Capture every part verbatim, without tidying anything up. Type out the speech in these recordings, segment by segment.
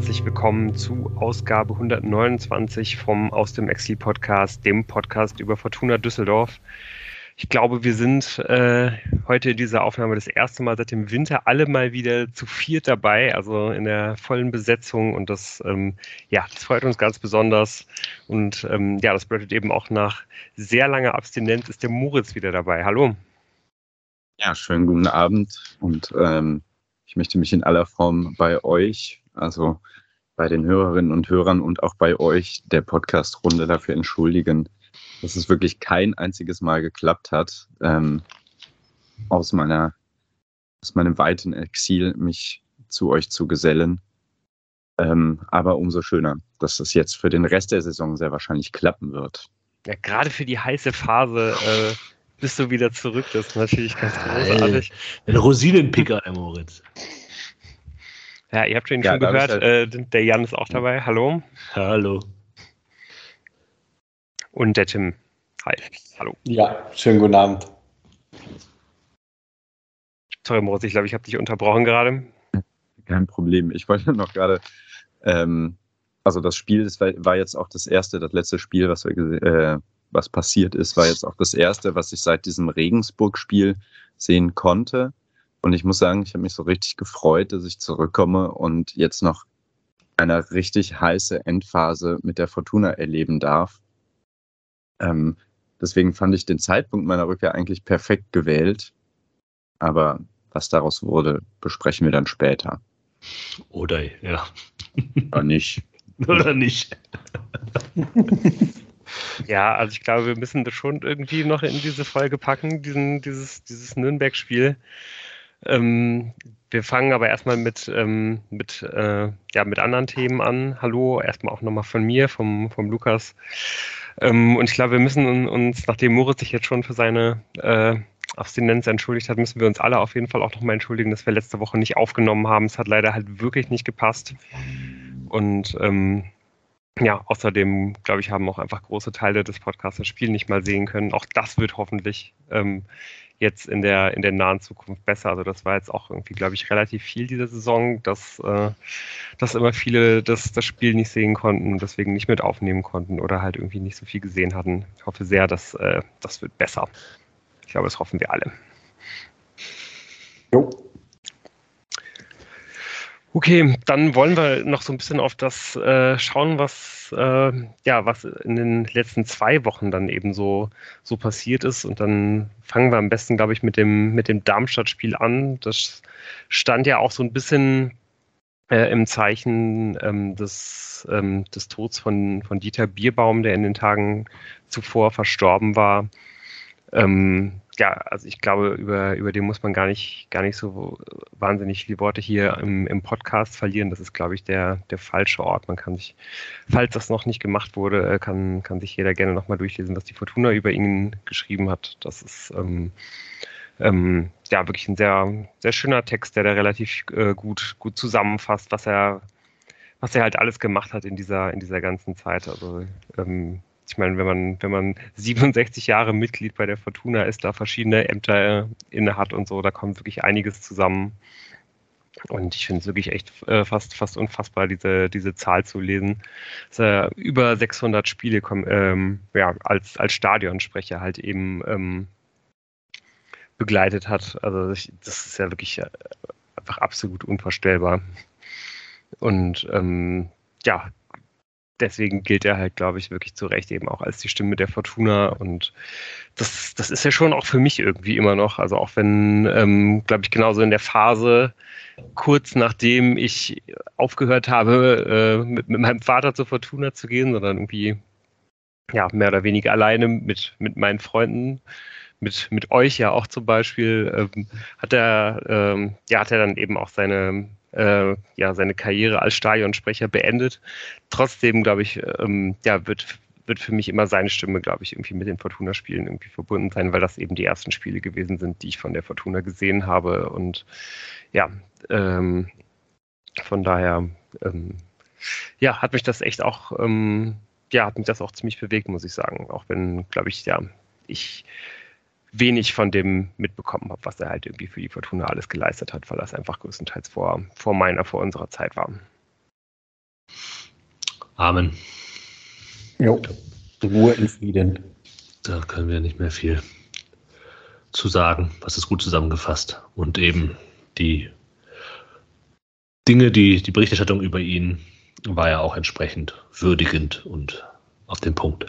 herzlich willkommen zu Ausgabe hundertneunundzwanzig vom Aus dem Exil Podcast, dem Podcast über Fortuna Düsseldorf. Ich glaube, wir sind äh, heute in dieser Aufnahme das erste Mal seit dem Winter alle mal wieder zu viert dabei, also in der vollen Besetzung, und das, ähm, ja, das freut uns ganz besonders. Und ähm, ja, das bedeutet eben auch, nach sehr langer Abstinenz ist der Moritz wieder dabei. Hallo. Ja, schönen guten Abend, und ähm, ich möchte mich in aller Form bei euch, also bei den Hörerinnen und Hörern und auch bei euch, der Podcast-Runde, dafür entschuldigen, dass es wirklich kein einziges Mal geklappt hat, ähm, aus meiner, aus meinem weiten Exil mich zu euch zu gesellen. Ähm, aber umso schöner, dass es jetzt für den Rest der Saison sehr wahrscheinlich klappen wird. Ja, gerade für die heiße Phase äh, bist du wieder zurück. Das ist natürlich ganz großartig. Ein Rosinenpicker, der Moritz. Ja, ihr habt ihn Ja, schon da hab ich gehört. halt- Äh, der Jan ist auch dabei. Hallo. Hallo. Und der Tim. Hi. Hallo. Ja, schönen guten Abend. Sorry, Moritz, ich glaube, ich habe dich unterbrochen gerade. Kein Problem. Ich wollte noch gerade, ähm, also das Spiel, das war, war jetzt auch das erste, das letzte Spiel, was, wir, äh, was passiert ist, war jetzt auch das erste, was ich seit diesem Regensburg-Spiel sehen konnte. Und ich muss sagen, ich habe mich so richtig gefreut, dass ich zurückkomme und jetzt noch eine richtig heiße Endphase mit der Fortuna erleben darf. Ähm, deswegen fand ich den Zeitpunkt meiner Rückkehr eigentlich perfekt gewählt. Aber was daraus wurde, besprechen wir dann später. Oder, ja. Oder nicht. Oder nicht. Ja, also ich glaube, wir müssen das schon irgendwie noch in diese Folge packen, diesen, dieses, dieses Nürnberg-Spiel. Ähm, wir fangen aber erstmal mit, ähm, mit, äh, ja, mit anderen Themen an. Hallo, erstmal auch nochmal von mir, vom, vom Lukas. Ähm, und ich glaube, wir müssen uns, nachdem Moritz sich jetzt schon für seine äh, Abstinenz entschuldigt hat, müssen wir uns alle auf jeden Fall auch nochmal entschuldigen, dass wir letzte Woche nicht aufgenommen haben. Es hat leider halt wirklich nicht gepasst. Und ähm, ja, außerdem, glaube ich, haben auch einfach große Teile des Podcasts das Spiel nicht mal sehen können. Auch das wird hoffentlich ähm, jetzt in der, in der nahen Zukunft besser. Also das war jetzt auch irgendwie, glaube ich, relativ viel diese Saison, dass, äh, dass immer viele das, das Spiel nicht sehen konnten und deswegen nicht mit aufnehmen konnten oder halt irgendwie nicht so viel gesehen hatten. Ich hoffe sehr, dass äh, das wird besser. Ich glaube, das hoffen wir alle. Jo. Okay, dann wollen wir noch so ein bisschen auf das äh, schauen, was, äh, ja, was in den letzten zwei Wochen dann eben so, so passiert ist. Und dann fangen wir am besten, glaube ich, mit dem, mit dem Darmstadt-Spiel an. Das stand ja auch so ein bisschen äh, im Zeichen ähm, des, ähm, des Todes von, von Dieter Bierbaum, der in den Tagen zuvor verstorben war. Ähm, ja, also ich glaube, über, über den muss man gar nicht, gar nicht so wahnsinnig viele Worte hier im, im Podcast verlieren. Das ist, glaube ich, der, der falsche Ort. Man kann sich, falls das noch nicht gemacht wurde, kann, kann sich jeder gerne nochmal durchlesen, was die Fortuna über ihn geschrieben hat. Das ist ähm, ähm, ja wirklich ein sehr, sehr schöner Text, der da relativ äh, gut, gut zusammenfasst, was er, was er halt alles gemacht hat in dieser, in dieser ganzen Zeit. Also ähm, ich meine, wenn man, wenn man siebenundsechzig Jahre Mitglied bei der Fortuna ist, da verschiedene Ämter inne hat und so, da kommt wirklich einiges zusammen. Und ich finde es wirklich echt äh, fast, fast unfassbar, diese, diese Zahl zu lesen. Dass er über sechshundert Spiele kommen, ähm, ja, als, als Stadionsprecher halt eben ähm, begleitet hat. Also ich, das ist ja wirklich einfach absolut unvorstellbar. Und ähm, ja, deswegen gilt er halt, glaube ich, wirklich zu Recht eben auch als die Stimme der Fortuna. Und das, das ist ja schon auch für mich irgendwie immer noch. Also auch wenn, ähm, glaube ich, genauso in der Phase, kurz nachdem ich aufgehört habe, äh, mit, mit meinem Vater zur Fortuna zu gehen, sondern irgendwie ja mehr oder weniger alleine mit, mit meinen Freunden, mit, mit euch ja auch zum Beispiel, ähm, hat er, ähm, ja, hat er dann eben auch seine Äh, ja, seine Karriere als Stadionsprecher beendet. Trotzdem, glaube ich, ähm, ja, wird, wird für mich immer seine Stimme, glaube ich, irgendwie mit den Fortuna-Spielen irgendwie verbunden sein, weil das eben die ersten Spiele gewesen sind, die ich von der Fortuna gesehen habe. Und ja, ähm, von daher, ähm, ja, hat mich das echt auch, ähm, ja, hat mich das auch ziemlich bewegt, muss ich sagen. Auch wenn, glaube ich, ja, ich wenig von dem mitbekommen habe, was er halt irgendwie für die Fortuna alles geleistet hat, weil das einfach größtenteils vor, vor meiner, vor unserer Zeit war. Amen. Jo, Ruhe in Frieden. Da können wir nicht mehr viel zu sagen. Was ist gut zusammengefasst. Und eben die Dinge, die, die Berichterstattung über ihn war ja auch entsprechend würdigend und auf den Punkt.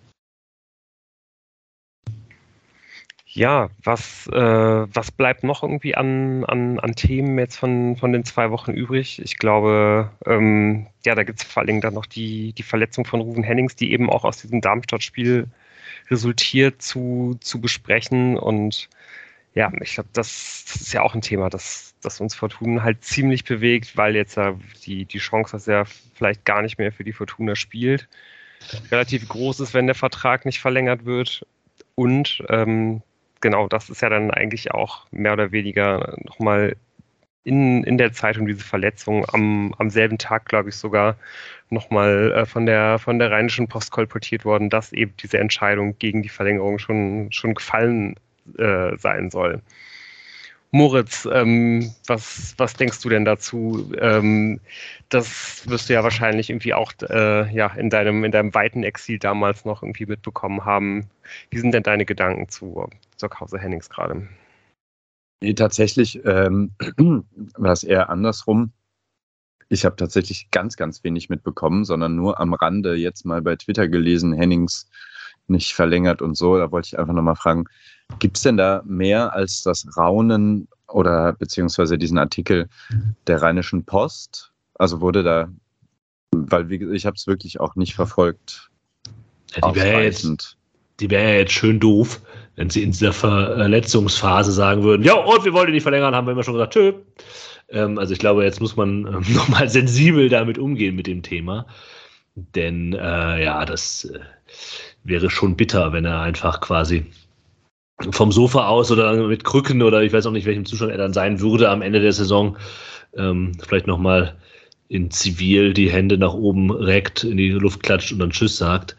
Ja, was, äh, was bleibt noch irgendwie an, an, an Themen jetzt von, von den zwei Wochen übrig? Ich glaube, ähm, ja, da gibt es vor allen Dingen dann noch die, die Verletzung von Ruven Hennings, die eben auch aus diesem Darmstadt-Spiel resultiert, zu, zu besprechen. Und ja, ich glaube, das, das ist ja auch ein Thema, das, das uns Fortuna halt ziemlich bewegt, weil jetzt ja die, die Chance, dass er vielleicht gar nicht mehr für die Fortuna spielt, relativ groß ist, wenn der Vertrag nicht verlängert wird. Und ähm, genau, das ist ja dann eigentlich auch mehr oder weniger nochmal in, in der Zeit um diese Verletzung am, am selben Tag, glaube ich, sogar nochmal äh, von der, von der Rheinischen Post kolportiert worden, dass eben diese Entscheidung gegen die Verlängerung schon, schon gefallen äh, sein soll. Moritz, ähm, was, was denkst du denn dazu? Ähm, das wirst du ja wahrscheinlich irgendwie auch äh, ja, in deinem, in deinem weiten Exil damals noch irgendwie mitbekommen haben. Wie sind denn deine Gedanken zu, zur Causa Hennings gerade? Nee, tatsächlich ähm, war es eher andersrum. Ich habe tatsächlich ganz, ganz wenig mitbekommen, sondern nur am Rande jetzt mal bei Twitter gelesen, Hennings nicht verlängert und so. Da wollte ich einfach nochmal fragen, gibt es denn da mehr als das Raunen oder beziehungsweise diesen Artikel der Rheinischen Post? Also wurde da, weil wie, ich habe es wirklich auch nicht verfolgt. Ja, die wäre ja jetzt, die wär ja jetzt schön doof, wenn sie in dieser Verletzungsphase sagen würden, ja, und wir wollen ihn nicht verlängern, haben wir immer schon gesagt, tschö. Ähm, also ich glaube, jetzt muss man ähm, nochmal sensibel damit umgehen mit dem Thema. Denn äh, ja, das äh, wäre schon bitter, wenn er einfach quasi vom Sofa aus oder mit Krücken oder ich weiß auch nicht, welchem Zustand er dann sein würde am Ende der Saison, ähm, vielleicht nochmal in Zivil die Hände nach oben reckt, in die Luft klatscht und dann Tschüss sagt.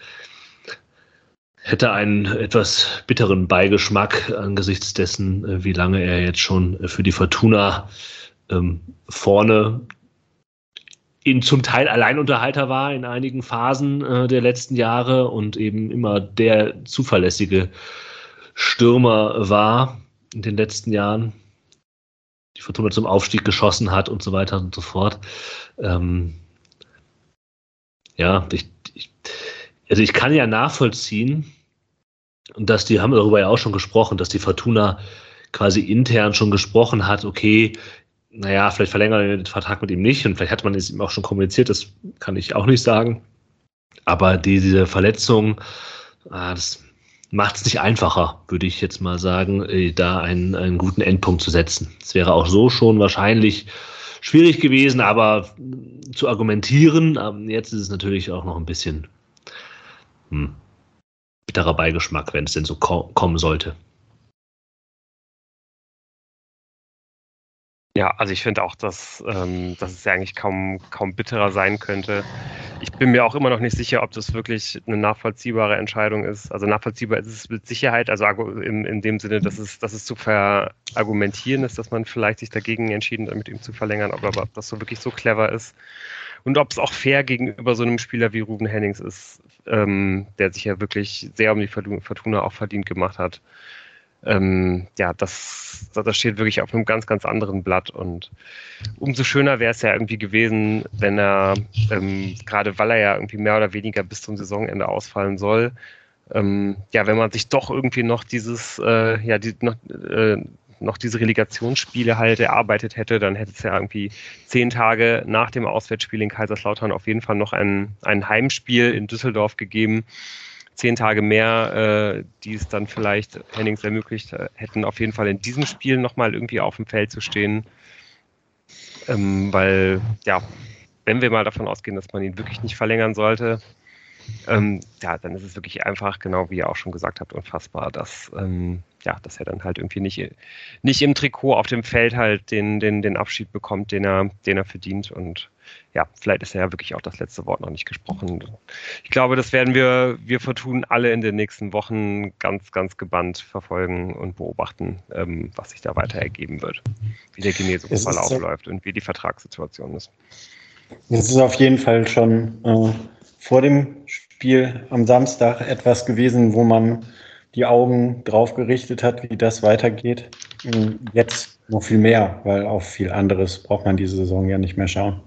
Hätte einen etwas bitteren Beigeschmack angesichts dessen, wie lange er jetzt schon für die Fortuna ähm, vorne in zum Teil Alleinunterhalter war in einigen Phasen äh, der letzten Jahre und eben immer der zuverlässige Stürmer war in den letzten Jahren, die Fortuna zum Aufstieg geschossen hat und so weiter und so fort. Ähm, ja, ich, ich, also ich kann ja nachvollziehen, und dass die haben darüber ja auch schon gesprochen, dass die Fortuna quasi intern schon gesprochen hat, okay, naja, vielleicht verlängern wir den Vertrag mit ihm nicht und vielleicht hat man es ihm auch schon kommuniziert, das kann ich auch nicht sagen. Aber die, diese Verletzung, ah, das macht es nicht einfacher, würde ich jetzt mal sagen, da einen, einen guten Endpunkt zu setzen. Es wäre auch so schon wahrscheinlich schwierig gewesen, aber zu argumentieren, jetzt ist es natürlich auch noch ein bisschen hm, bitterer Beigeschmack, wenn es denn so ko- kommen sollte. Ja, also ich finde auch, dass, ähm, dass es ja eigentlich kaum, kaum bitterer sein könnte. Ich bin mir auch immer noch nicht sicher, ob das wirklich eine nachvollziehbare Entscheidung ist. Also nachvollziehbar ist es mit Sicherheit, also in, in dem Sinne, dass es, dass es zu verargumentieren ist, dass man vielleicht sich dagegen entschieden hat, mit ihm zu verlängern, aber ob das so wirklich so clever ist. Und ob es auch fair gegenüber so einem Spieler wie Ruven Hennings ist, ähm, der sich ja wirklich sehr um die Fortuna auch verdient gemacht hat. Ähm, ja, das, das steht wirklich auf einem ganz, ganz anderen Blatt und umso schöner wäre es ja irgendwie gewesen, wenn er, ähm, gerade weil er ja irgendwie mehr oder weniger bis zum Saisonende ausfallen soll, ähm, ja, wenn man sich doch irgendwie noch dieses, äh, ja, die, noch, äh, noch diese Relegationsspiele halt erarbeitet hätte, dann hätte es ja irgendwie zehn Tage nach dem Auswärtsspiel in Kaiserslautern auf jeden Fall noch ein, ein Heimspiel in Düsseldorf gegeben. Zehn Tage mehr, äh, die es dann vielleicht Hennings ermöglicht hätten, auf jeden Fall in diesem Spiel nochmal irgendwie auf dem Feld zu stehen. Ähm, weil, ja, wenn wir mal davon ausgehen, dass man ihn wirklich nicht verlängern sollte, ähm, ja, dann ist es wirklich einfach, genau wie ihr auch schon gesagt habt, unfassbar, dass, ähm, ja, dass er dann halt irgendwie nicht, nicht im Trikot auf dem Feld halt den, den, den Abschied bekommt, den er, den er verdient. Und ja, vielleicht ist ja wirklich auch das letzte Wort noch nicht gesprochen. Ich glaube, das werden wir, wir Fortuna alle in den nächsten Wochen ganz, ganz gebannt verfolgen und beobachten, ähm, was sich da weiter ergeben wird, wie der Genesungsverlauf so läuft und wie die Vertragssituation ist. Es ist auf jeden Fall schon äh, vor dem Spiel am Samstag etwas gewesen, wo man die Augen drauf gerichtet hat, wie das weitergeht. Jetzt noch viel mehr, weil auf viel anderes braucht man diese Saison ja nicht mehr schauen.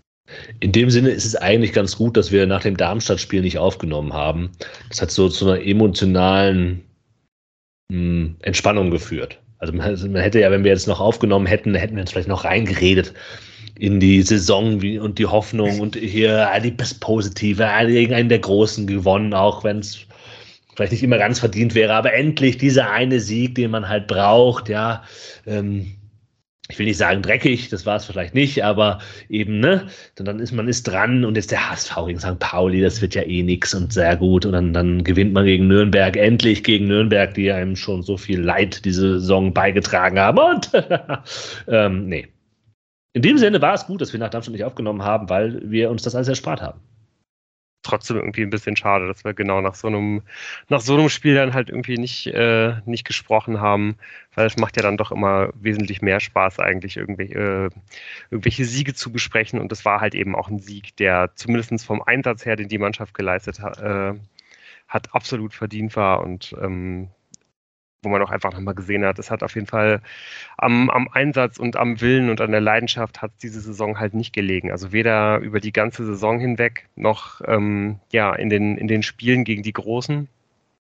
In dem Sinne ist es eigentlich ganz gut, dass wir nach dem Darmstadt-Spiel nicht aufgenommen haben. Das hat so zu einer emotionalen mh, Entspannung geführt. Also man, man hätte ja, wenn wir jetzt noch aufgenommen hätten, hätten wir uns vielleicht noch reingeredet in die Saison wie, und die Hoffnung und hier ah, die Best Positive, ah, irgendeinen der Großen gewonnen, auch wenn es vielleicht nicht immer ganz verdient wäre, aber endlich dieser eine Sieg, den man halt braucht, ja, ähm, ich will nicht sagen dreckig, das war es vielleicht nicht, aber eben, ne, dann ist man ist dran und jetzt der H S V gegen Sankt Pauli, das wird ja eh nix und sehr gut und dann, dann gewinnt man gegen Nürnberg, endlich gegen Nürnberg, die einem schon so viel Leid diese Saison beigetragen haben und ähm, nee. In dem Sinne war es gut, dass wir nach Darmstadt nicht aufgenommen haben, weil wir uns das alles erspart haben. Trotzdem irgendwie ein bisschen schade, dass wir genau nach so einem, nach so einem Spiel dann halt irgendwie nicht, äh, nicht gesprochen haben, weil es macht ja dann doch immer wesentlich mehr Spaß, eigentlich irgendwelche, äh, irgendwelche Siege zu besprechen. Und das war halt eben auch ein Sieg, der zumindest vom Einsatz her, den die Mannschaft geleistet hat, äh, hat absolut verdient war und ähm, wo man auch einfach nochmal gesehen hat, es hat auf jeden Fall am, am Einsatz und am Willen und an der Leidenschaft hat diese Saison halt nicht gelegen. Also weder über die ganze Saison hinweg noch ähm, ja, in den, in den Spielen gegen die Großen.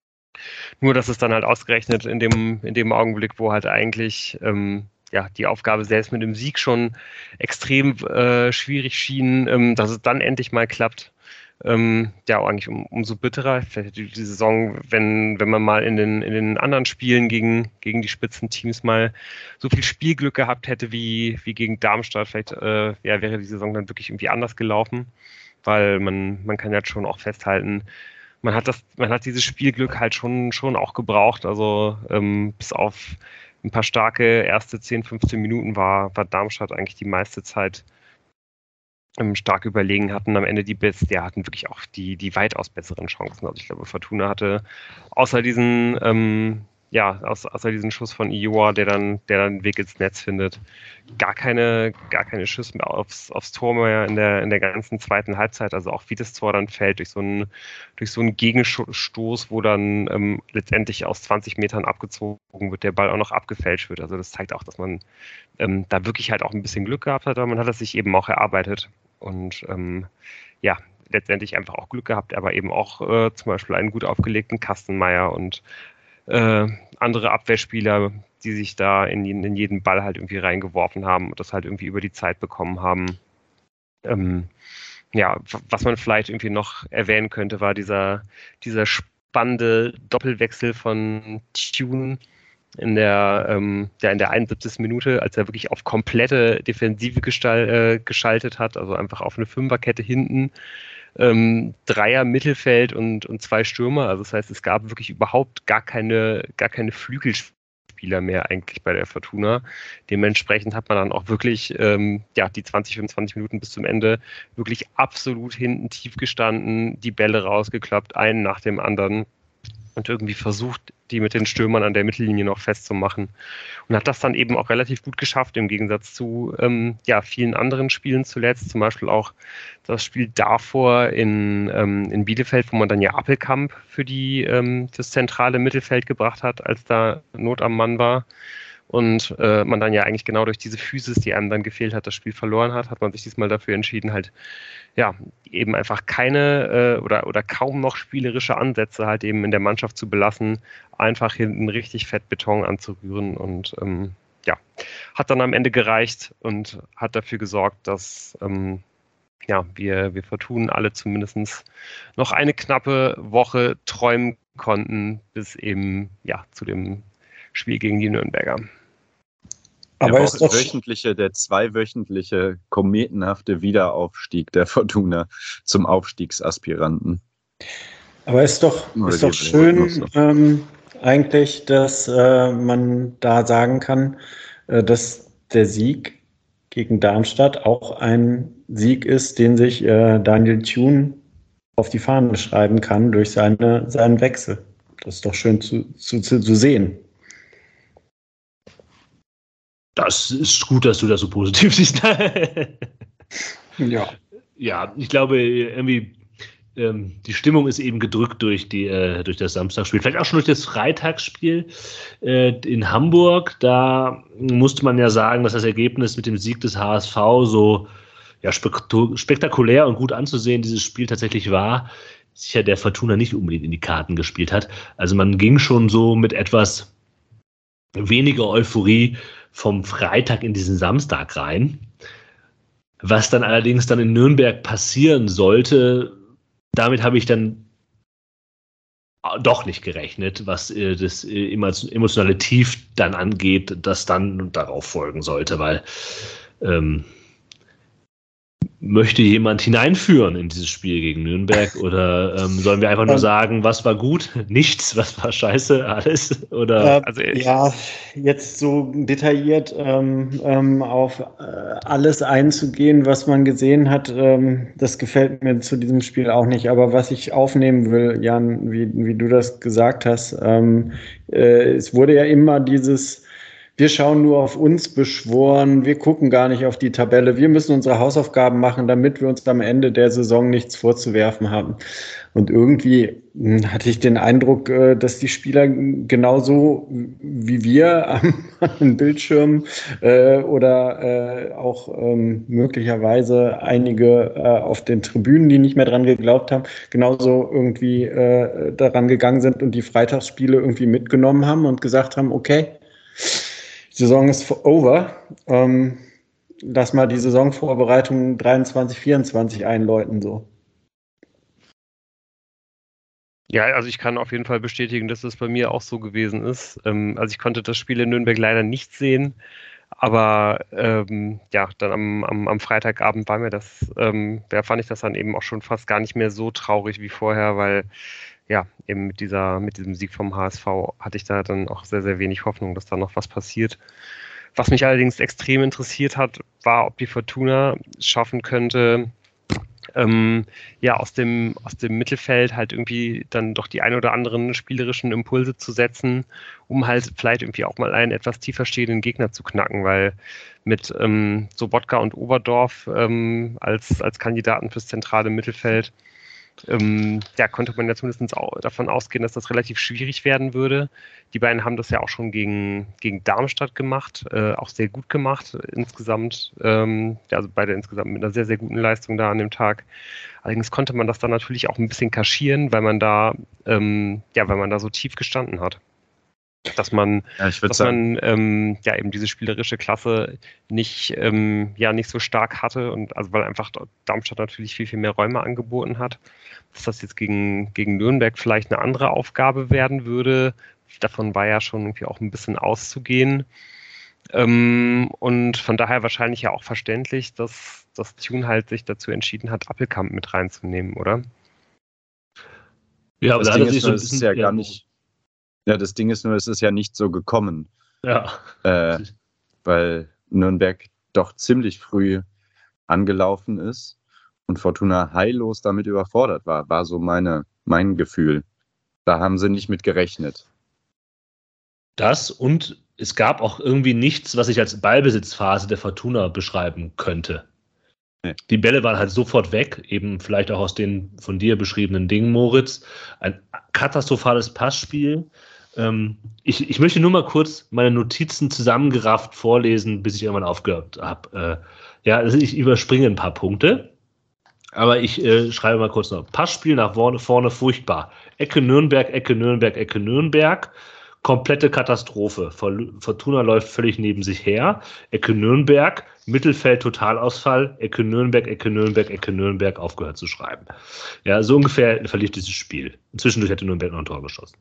Nur, dass es dann halt ausgerechnet in dem, in dem Augenblick, wo halt eigentlich ähm, ja, die Aufgabe selbst mit dem Sieg schon extrem äh, schwierig schien, ähm, dass es dann endlich mal klappt. Ähm, ja, eigentlich um, umso bitterer. Vielleicht die, die Saison, wenn, wenn man mal in den, in den anderen Spielen gegen, gegen die Spitzenteams mal so viel Spielglück gehabt hätte wie, wie gegen Darmstadt, vielleicht äh, ja, wäre die Saison dann wirklich irgendwie anders gelaufen, weil man, man kann jetzt schon auch festhalten, man hat das, man hat dieses Spielglück halt schon, schon auch gebraucht. Also ähm, bis auf ein paar starke erste zehn, fünfzehn Minuten war, war Darmstadt eigentlich die meiste Zeit stark überlegen, hatten am Ende die Best, ja, hatten wirklich auch die, die weitaus besseren Chancen. Also ich glaube, Fortuna hatte außer diesen, ähm, ja, außer, außer diesen Schuss von Iowa, der dann, der dann einen Weg ins Netz findet, gar keine, gar keine Schüsse mehr aufs, aufs Tor mehr in der, in der ganzen zweiten Halbzeit. Also auch wie das Tor dann fällt durch so einen, durch so einen Gegenstoß, wo dann ähm, letztendlich aus zwanzig Metern abgezogen wird, der Ball auch noch abgefälscht wird. Also das zeigt auch, dass man ähm, da wirklich halt auch ein bisschen Glück gehabt hat, aber man hat es sich eben auch erarbeitet. Und ähm, ja, letztendlich einfach auch Glück gehabt, aber eben auch äh, zum Beispiel einen gut aufgelegten Kastenmeier und äh, andere Abwehrspieler, die sich da in, in jeden Ball halt irgendwie reingeworfen haben und das halt irgendwie über die Zeit bekommen haben. Ähm, ja, was man vielleicht irgendwie noch erwähnen könnte, war dieser, dieser spannende Doppelwechsel von Tune in der, ähm, ja, in der einundsiebzigsten Minute, als er wirklich auf komplette Defensive gestall, äh, geschaltet hat, also einfach auf eine Fünferkette hinten, ähm, Dreier Mittelfeld und, und zwei Stürmer. Also das heißt, es gab wirklich überhaupt gar keine, gar keine Flügelspieler mehr eigentlich bei der Fortuna. Dementsprechend hat man dann auch wirklich ähm, ja, die zwanzig, fünfundzwanzig Minuten bis zum Ende wirklich absolut hinten tief gestanden, die Bälle rausgeklappt, einen nach dem anderen und irgendwie versucht, die mit den Stürmern an der Mittellinie noch festzumachen. Und hat das dann eben auch relativ gut geschafft, im Gegensatz zu ähm, ja, vielen anderen Spielen zuletzt. Zum Beispiel auch das Spiel davor in, ähm, in Bielefeld, wo man dann ja Appelkamp für die, ähm, das zentrale Mittelfeld gebracht hat, als da Not am Mann war. Und äh, man dann ja eigentlich genau durch diese Physis, die einem dann gefehlt hat, das Spiel verloren hat, hat man sich diesmal dafür entschieden, halt ja eben einfach keine äh, oder, oder kaum noch spielerische Ansätze halt eben in der Mannschaft zu belassen, einfach hinten richtig fett Beton anzurühren und ähm, ja, hat dann am Ende gereicht und hat dafür gesorgt, dass ähm, ja, wir, wir Fortuna alle zumindest noch eine knappe Woche träumen konnten, bis eben ja zu dem Spiel gegen die Nürnberger. Aber der ist doch wöchentliche, der zweiwöchentliche kometenhafte Wiederaufstieg der Fortuna zum Aufstiegsaspiranten. Aber ist doch, ist doch schön ähm, eigentlich, dass äh, man da sagen kann, äh, dass der Sieg gegen Darmstadt auch ein Sieg ist, den sich äh, Daniel Thune auf die Fahne schreiben kann durch seine, seinen Wechsel. Das ist doch schön zu, zu, zu, zu sehen. Das ist gut, dass du das so positiv siehst. Ja. Ja, ich glaube, irgendwie, ähm, die Stimmung ist eben gedrückt durch, die, äh, durch das Samstagsspiel. Vielleicht auch schon durch das Freitagsspiel äh, in Hamburg. Da musste man ja sagen, dass das Ergebnis mit dem Sieg des H S V so ja, spektakulär und gut anzusehen dieses Spiel tatsächlich war, sicher der Fortuna nicht unbedingt in die Karten gespielt hat. Also man ging schon so mit etwas weniger Euphorie vom Freitag in diesen Samstag rein. Was dann allerdings dann in Nürnberg passieren sollte, damit habe ich dann doch nicht gerechnet, was äh, das äh, emotionale Tief dann angeht, das dann darauf folgen sollte, weil ähm, möchte jemand hineinführen in dieses Spiel gegen Nürnberg oder ähm, sollen wir einfach nur sagen, was war gut, nichts, was war scheiße, alles? Oder? Äh, also ja, jetzt so detailliert ähm, ähm, auf äh, alles einzugehen, was man gesehen hat, ähm, das gefällt mir zu diesem Spiel auch nicht. Aber was ich aufnehmen will, Jan, wie, wie du das gesagt hast, ähm, äh, es wurde ja immer dieses wir schauen nur auf uns beschworen, wir gucken gar nicht auf die Tabelle, wir müssen unsere Hausaufgaben machen, damit wir uns am Ende der Saison nichts vorzuwerfen haben. Und irgendwie hatte ich den Eindruck, dass die Spieler genauso wie wir am Bildschirm äh, oder äh, auch ähm, möglicherweise einige äh, auf den Tribünen, die nicht mehr dran geglaubt haben, genauso irgendwie äh, daran gegangen sind und die Freitagsspiele irgendwie mitgenommen haben und gesagt haben, okay, die Saison ist over. Ähm, lass mal die Saisonvorbereitung dreiundzwanzig, vierundzwanzig einläuten so. Ja, also ich kann auf jeden Fall bestätigen, dass das bei mir auch so gewesen ist. Ähm, also ich konnte das Spiel in Nürnberg leider nicht sehen, aber ähm, ja, dann am, am, am Freitagabend war mir das, ähm, ja, fand ich das dann eben auch schon fast gar nicht mehr so traurig wie vorher, weil ja, eben mit dieser, mit diesem Sieg vom H S V hatte ich da dann auch sehr, sehr wenig Hoffnung, dass da noch was passiert. Was mich allerdings extrem interessiert hat, war, ob die Fortuna schaffen könnte, ähm, ja, aus dem, aus dem Mittelfeld halt irgendwie dann doch die ein oder anderen spielerischen Impulse zu setzen, um halt vielleicht irgendwie auch mal einen etwas tiefer stehenden Gegner zu knacken, weil mit ähm, Sobotka und Oberdorf ähm, als, als Kandidaten fürs zentrale Mittelfeld Ähm, ja, konnte man ja zumindest auch davon ausgehen, dass das relativ schwierig werden würde. Die beiden haben das ja auch schon gegen, gegen Darmstadt gemacht, äh, auch sehr gut gemacht insgesamt. Ähm, ja, also beide insgesamt mit einer sehr, sehr guten Leistung da an dem Tag. Allerdings konnte man das dann natürlich auch ein bisschen kaschieren, weil man da, ähm, ja, weil man da so tief gestanden hat. Dass man, ja, ich dass sagen, man ähm, ja eben diese spielerische Klasse nicht, ähm, ja, nicht so stark hatte und also weil einfach Darmstadt natürlich viel, viel mehr Räume angeboten hat. Dass das jetzt gegen, gegen Nürnberg vielleicht eine andere Aufgabe werden würde, davon war ja schon irgendwie auch ein bisschen auszugehen. Ähm, und von daher wahrscheinlich ja auch verständlich, dass das Tune halt sich dazu entschieden hat, Appelkamp mit reinzunehmen, oder? Ja, aber das da Ding ist, so ein bisschen, ist ja, ja gar nicht. Ja, das Ding ist nur, es ist ja nicht so gekommen. Ja. Äh, weil Nürnberg doch ziemlich früh angelaufen ist und Fortuna heillos damit überfordert war, war so meine, mein Gefühl. Da haben sie nicht mit gerechnet. Das und es gab auch irgendwie nichts, was ich als Ballbesitzphase der Fortuna beschreiben könnte. Nee. Die Bälle waren halt sofort weg, eben vielleicht auch aus den von dir beschriebenen Dingen, Moritz. Ein katastrophales Passspiel. Ähm, ich, ich möchte nur mal kurz meine Notizen zusammengerafft vorlesen, bis ich irgendwann aufgehört habe. Äh, ja, also ich überspringe ein paar Punkte, aber ich äh, schreibe mal kurz noch. Passspiel nach vorne, vorne furchtbar. Ecke Nürnberg, Ecke Nürnberg, Ecke Nürnberg. Komplette Katastrophe. Fortuna läuft völlig neben sich her. Ecke Nürnberg, Mittelfeld Totalausfall, Ecke Nürnberg, Ecke Nürnberg, Ecke Nürnberg, aufgehört zu schreiben. Ja, so ungefähr verlief dieses Spiel. Zwischendurch hätte Nürnberg noch ein Tor geschossen.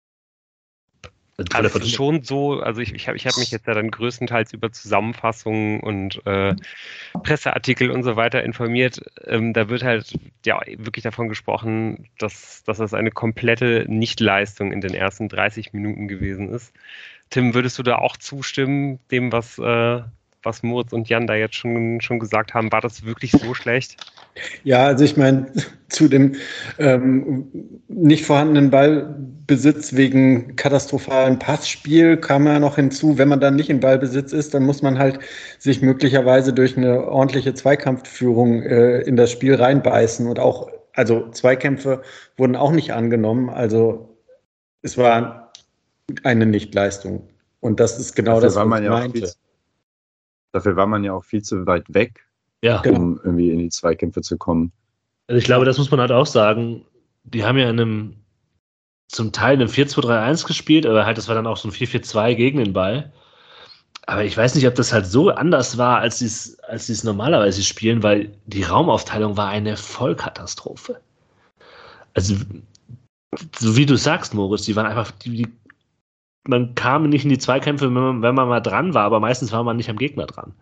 Also es ist schon so, also ich, ich habe ich hab mich jetzt ja dann größtenteils über Zusammenfassungen und äh, Presseartikel und so weiter informiert. Ähm, da wird halt ja wirklich davon gesprochen, dass, dass das eine komplette Nichtleistung in den ersten dreißig Minuten gewesen ist. Tim, würdest du da auch zustimmen, dem, was, äh, was Moritz und Jan da jetzt schon, schon gesagt haben? War das wirklich so schlecht? Ja, also ich meine, zu dem ähm, nicht vorhandenen Ballbesitz wegen katastrophalen Passspiel kam ja noch hinzu, wenn man dann nicht in Ballbesitz ist, dann muss man halt sich möglicherweise durch eine ordentliche Zweikampfführung äh, in das Spiel reinbeißen und auch also Zweikämpfe wurden auch nicht angenommen. Also es war eine Nichtleistung. Und das ist genau dafür das, war was man ich ja meinte. Viel, dafür war man ja auch viel zu weit weg, Ja. um irgendwie in die Zweikämpfe zu kommen. Also ich glaube, das muss man halt auch sagen. Die haben ja in einem, zum Teil in einem vier zwei drei eins gespielt, aber halt, das war dann auch so ein vier vier zwei gegen den Ball. Aber ich weiß nicht, ob das halt so anders war, als sie es als sie's normalerweise spielen, weil die Raumaufteilung war eine Vollkatastrophe. Also, so wie du sagst, Moritz, die waren einfach, die, die, man kam nicht in die Zweikämpfe, wenn man, wenn man mal dran war, aber meistens war man nicht am Gegner dran.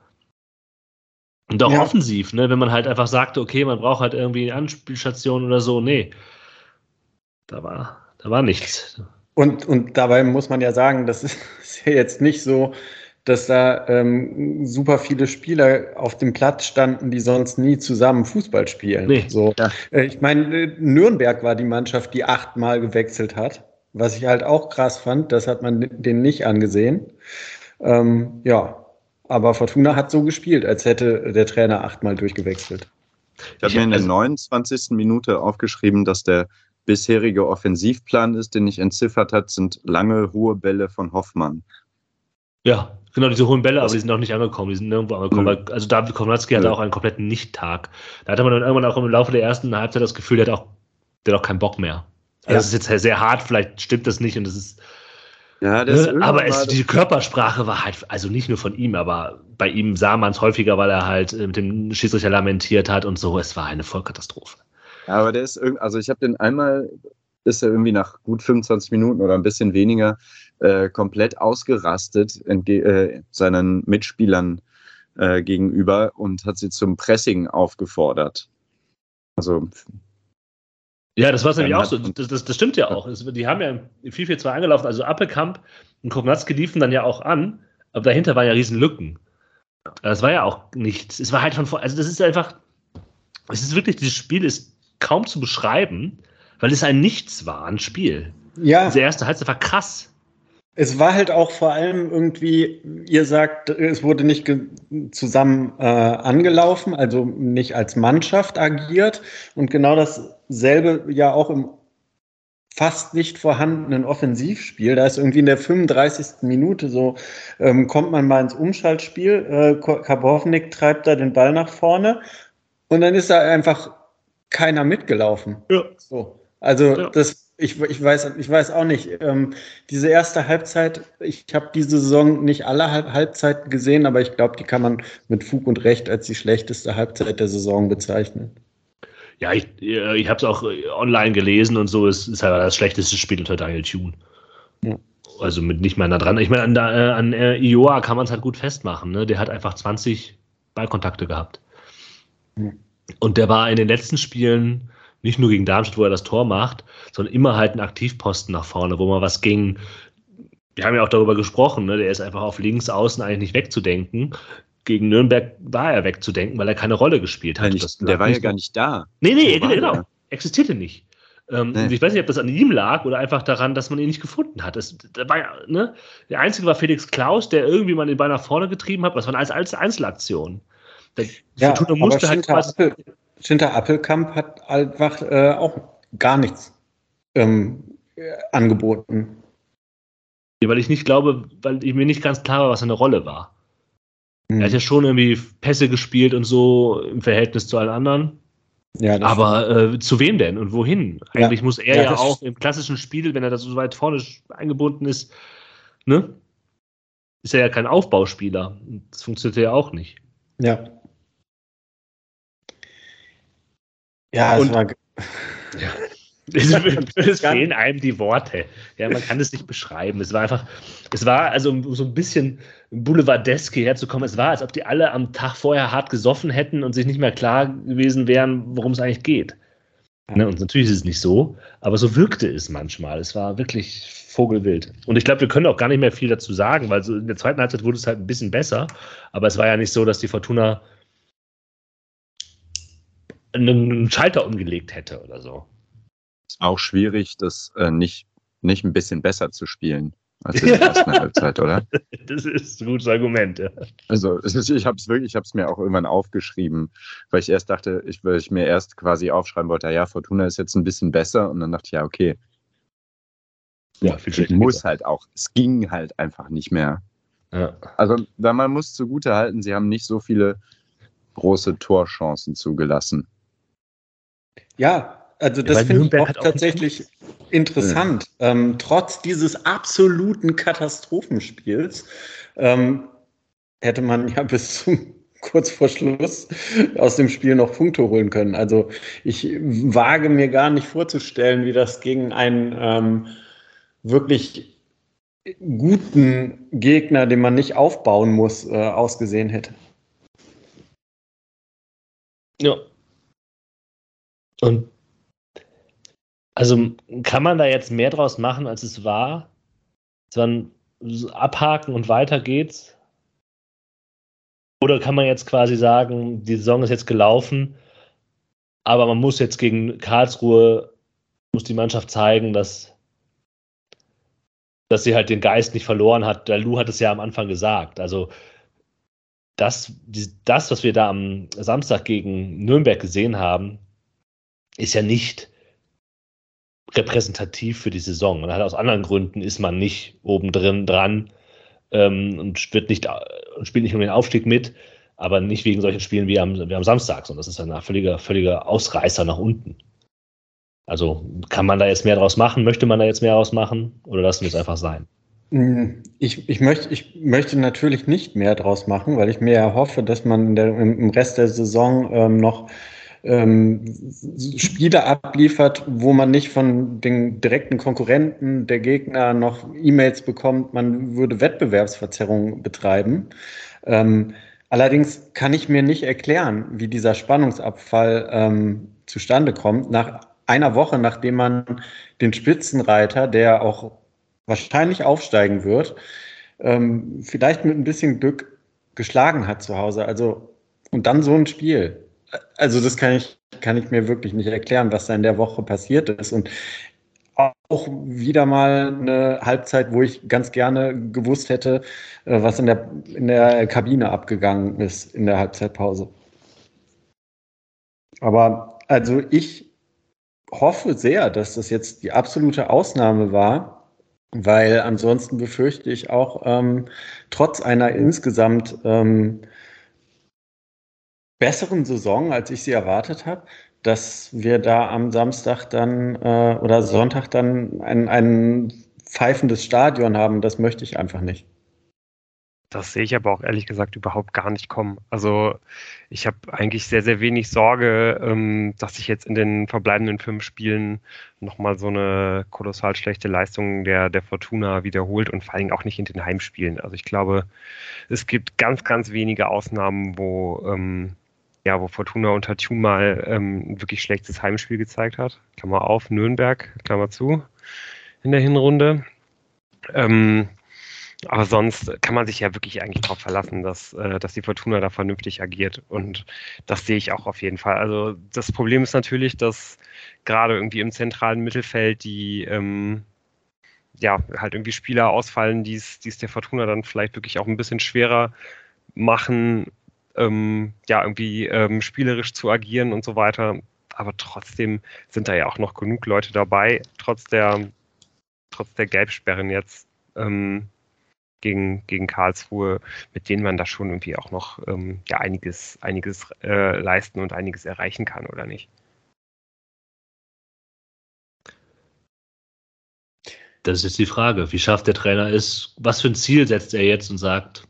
Und auch Ja. offensiv, ne, wenn man halt einfach sagte, okay, man braucht halt irgendwie eine Anspielstation oder so, nee. Da war, da war nichts. Und, und dabei muss man ja sagen, das ist ja jetzt nicht so, dass da ähm, super viele Spieler auf dem Platz standen, die sonst nie zusammen Fußball spielen. Nee. So. Ja. Äh, ich meine, Nürnberg war die Mannschaft, die achtmal gewechselt hat, was ich halt auch krass fand, das hat man denen nicht angesehen. Ähm, ja, aber Fortuna hat so gespielt, als hätte der Trainer achtmal durchgewechselt. Ich habe mir in der neunundzwanzigsten Minute aufgeschrieben, dass der bisherige Offensivplan ist, den ich entziffert hat, sind lange, hohe Bälle von Hoffmann. Ja, genau, diese hohen Bälle, Was? aber die sind auch nicht angekommen, die sind nirgendwo angekommen. Nö. Weil, also David Kownacki hatte Nö. auch einen kompletten Nicht-Tag. Da hatte man dann irgendwann auch im Laufe der ersten Halbzeit das Gefühl, der hat auch, der hat auch keinen Bock mehr. Also Ja. das ist jetzt sehr hart, vielleicht stimmt das nicht und das ist. Ja, das Ne? Aber es, war die Körpersprache war halt, also nicht nur von ihm, aber bei ihm sah man es häufiger, weil er halt mit dem Schiedsrichter lamentiert hat und so. Es war eine Vollkatastrophe. Ja, aber der ist irgendwie, also ich habe den einmal, ist er irgendwie nach gut fünfundzwanzig Minuten oder ein bisschen weniger äh, komplett ausgerastet entge- äh, seinen Mitspielern äh, gegenüber und hat sie zum Pressing aufgefordert. Also Ja, das war es nämlich Dann auch so. hat- Das, das, das stimmt ja auch. Es, die haben ja im vier vier zwei angelaufen, also Appelkamp und Kownacki liefen dann ja auch an, aber dahinter waren ja riesen Lücken. Das war ja auch nichts. Es war halt von vor, also das ist einfach, es ist wirklich, dieses Spiel ist kaum zu beschreiben, weil es ein Nichts war, ein Spiel. Ja, Diese erste Halbzeit war krass. es war halt auch vor allem irgendwie, ihr sagt, es wurde nicht ge- zusammen äh, angelaufen, also nicht als Mannschaft agiert. Und genau dasselbe ja auch im fast nicht vorhandenen Offensivspiel. Da ist irgendwie in der fünfunddreißigsten Minute so, ähm, kommt man mal ins Umschaltspiel, äh, Karbovnik treibt da den Ball nach vorne und dann ist da einfach keiner mitgelaufen. Ja. So. Also Ja. das, ich, ich, weiß, ich weiß auch nicht. Ähm, diese erste Halbzeit, ich habe diese Saison nicht alle Halb Halbzeiten gesehen, aber ich glaube, die kann man mit Fug und Recht als die schlechteste Halbzeit der Saison bezeichnen. Ja, ich, ich habe es auch online gelesen und so. Es ist halt das schlechteste Spiel unter Daniel Thune. Ja. Also mit nicht mal nah dran. Ich meine, an, der- an äh, Ioa kann man es halt gut festmachen. Ne? Der hat einfach zwanzig Ballkontakte gehabt. Ja. Und der war in den letzten Spielen nicht nur gegen Darmstadt, wo er das Tor macht, sondern immer halt ein Aktivposten nach vorne, wo mal was ging. Wir haben ja auch darüber gesprochen, ne? Der ist einfach auf links außen eigentlich nicht wegzudenken. Gegen Nürnberg war er wegzudenken, weil er keine Rolle gespielt hat. Nein, nicht, Das der lag war ja nicht gar so- nicht da. Nee, nee, Wo war genau. der? Existierte nicht. Ähm, Nee. Ich weiß nicht, ob das an ihm lag oder einfach daran, dass man ihn nicht gefunden hat. Das, da war ja, ne? Der Einzige war Felix Klaus, der irgendwie mal den Ball nach vorne getrieben hat. Das war als, als Einzelaktion. Der Ja, Fortuna aber musste halt Schinter, quasi, Appel, Schinter Appelkamp hat einfach äh, auch gar nichts ähm, äh, angeboten. weil ich nicht glaube, weil mir nicht ganz klar war, was seine Rolle war. Hm. Er hat ja schon irgendwie Pässe gespielt und so im Verhältnis zu allen anderen. Ja, das Aber äh, zu wem denn und wohin? Ja. Eigentlich muss er Ja, ja, das auch im klassischen Spiel, wenn er da so weit vorne eingebunden ist, ne? Ist er ja kein Aufbauspieler. Das funktioniert ja auch nicht. Ja. Ja, es Und- war. Ja. Es, es fehlen einem die Worte. Ja, man kann es nicht beschreiben. Es war einfach, es war also um so ein bisschen boulevardesk hierher zu kommen. Es war, als ob die alle am Tag vorher hart gesoffen hätten und sich nicht mehr klar gewesen wären, worum es eigentlich geht. Ja. Ne? Und natürlich ist es nicht so, aber so wirkte es manchmal. Es war wirklich vogelwild. Und ich glaube, wir können auch gar nicht mehr viel dazu sagen, weil so in der zweiten Halbzeit wurde es halt ein bisschen besser. Aber es war ja nicht so, dass die Fortuna einen Schalter umgelegt hätte oder so. Es war auch schwierig, das äh, nicht, nicht ein bisschen besser zu spielen. als in der ersten Halbzeit, oder? Das ist ein gutes Argument, ja. Also ich habe es wirklich, ich habe es mir auch irgendwann aufgeschrieben, weil ich erst dachte, ich, weil ich mir erst quasi aufschreiben wollte, ja, Fortuna ist jetzt ein bisschen besser und dann dachte ich, ja, okay. Ja, viel schlechter. Muss halt auch, es ging halt einfach nicht mehr. Ja. Also da man muss zugute halten, sie haben nicht so viele große Torchancen zugelassen. Ja, also das ja, finde ich auch auch tatsächlich interessant. Ja. Ähm, trotz dieses absoluten Katastrophenspiels ähm, hätte man ja bis zum kurz vor Schluss aus dem Spiel noch Punkte holen können. Also ich wage mir gar nicht vorzustellen, wie das gegen einen ähm, wirklich guten Gegner, den man nicht aufbauen muss, äh, ausgesehen hätte. Ja. Und also kann man da jetzt mehr draus machen, als es war? Dann abhaken und weiter geht's? Oder kann man jetzt quasi sagen, die Saison ist jetzt gelaufen, aber man muss jetzt gegen Karlsruhe, muss die Mannschaft zeigen, dass, dass sie halt den Geist nicht verloren hat. Der Lou hat es ja am Anfang gesagt. Also das, das, was wir da am Samstag gegen Nürnberg gesehen haben, ist ja nicht repräsentativ für die Saison. Und halt aus anderen Gründen ist man nicht oben drin dran ähm, und wird nicht und spielt nicht um den Aufstieg mit, aber nicht wegen solchen Spielen wie am, wie am Samstag, sondern das ist ein völliger, völliger Ausreißer nach unten. Also kann man da jetzt mehr draus machen? Möchte man da jetzt mehr draus machen? Oder lassen wir es einfach sein? Ich, ich, möchte, ich möchte natürlich nicht mehr draus machen, weil ich mir ja hoffe, dass man in der, im Rest der Saison ähm, noch ähm, Spiele abliefert, wo man nicht von den direkten Konkurrenten der Gegner noch E-Mails bekommt, man würde Wettbewerbsverzerrung betreiben. Ähm, allerdings kann ich mir nicht erklären, wie dieser Spannungsabfall ähm, zustande kommt, nach einer Woche, nachdem man den Spitzenreiter, der auch wahrscheinlich aufsteigen wird, ähm, vielleicht mit ein bisschen Glück geschlagen hat zu Hause. Also, und dann so ein Spiel. Also das kann ich, kann ich mir wirklich nicht erklären, was da in der Woche passiert ist. Und auch wieder mal eine Halbzeit, wo ich ganz gerne gewusst hätte, was in der, in der Kabine abgegangen ist in der Halbzeitpause. Aber also ich hoffe sehr, dass das jetzt die absolute Ausnahme war, weil ansonsten befürchte ich auch ähm, trotz einer insgesamt ähm, besseren Saison, als ich sie erwartet habe, dass wir da am Samstag dann äh, oder Sonntag dann ein, ein pfeifendes Stadion haben. Das möchte ich einfach nicht. Das sehe ich aber auch ehrlich gesagt überhaupt gar nicht kommen. Also ich habe eigentlich sehr, sehr wenig Sorge, ähm, dass sich jetzt in den verbleibenden fünf Spielen nochmal so eine kolossal schlechte Leistung der, der Fortuna wiederholt und vor allem auch nicht in den Heimspielen. Also ich glaube, es gibt ganz, ganz wenige Ausnahmen, wo, ähm, ja, wo Fortuna unter Thun mal ähm, ein wirklich schlechtes Heimspiel gezeigt hat. Klammer auf, Nürnberg, Klammer zu, in der Hinrunde. Ähm, Aber sonst kann man sich ja wirklich eigentlich darauf verlassen, dass, äh, dass die Fortuna da vernünftig agiert. Und das sehe ich auch auf jeden Fall. Also das Problem ist natürlich, dass gerade irgendwie im zentralen Mittelfeld die ähm, ja halt irgendwie Spieler ausfallen, die es der Fortuna dann vielleicht wirklich auch ein bisschen schwerer machen, ähm, ja irgendwie ähm, spielerisch zu agieren und so weiter. Aber trotzdem sind da ja auch noch genug Leute dabei, trotz der, trotz der Gelbsperren jetzt. Ähm, Gegen, gegen Karlsruhe, mit denen man da schon irgendwie auch noch ähm, ja, einiges, einiges äh, leisten und einiges erreichen kann, oder nicht? Das ist jetzt die Frage. Wie schafft der Trainer es? Was für ein Ziel setzt er jetzt und sagt,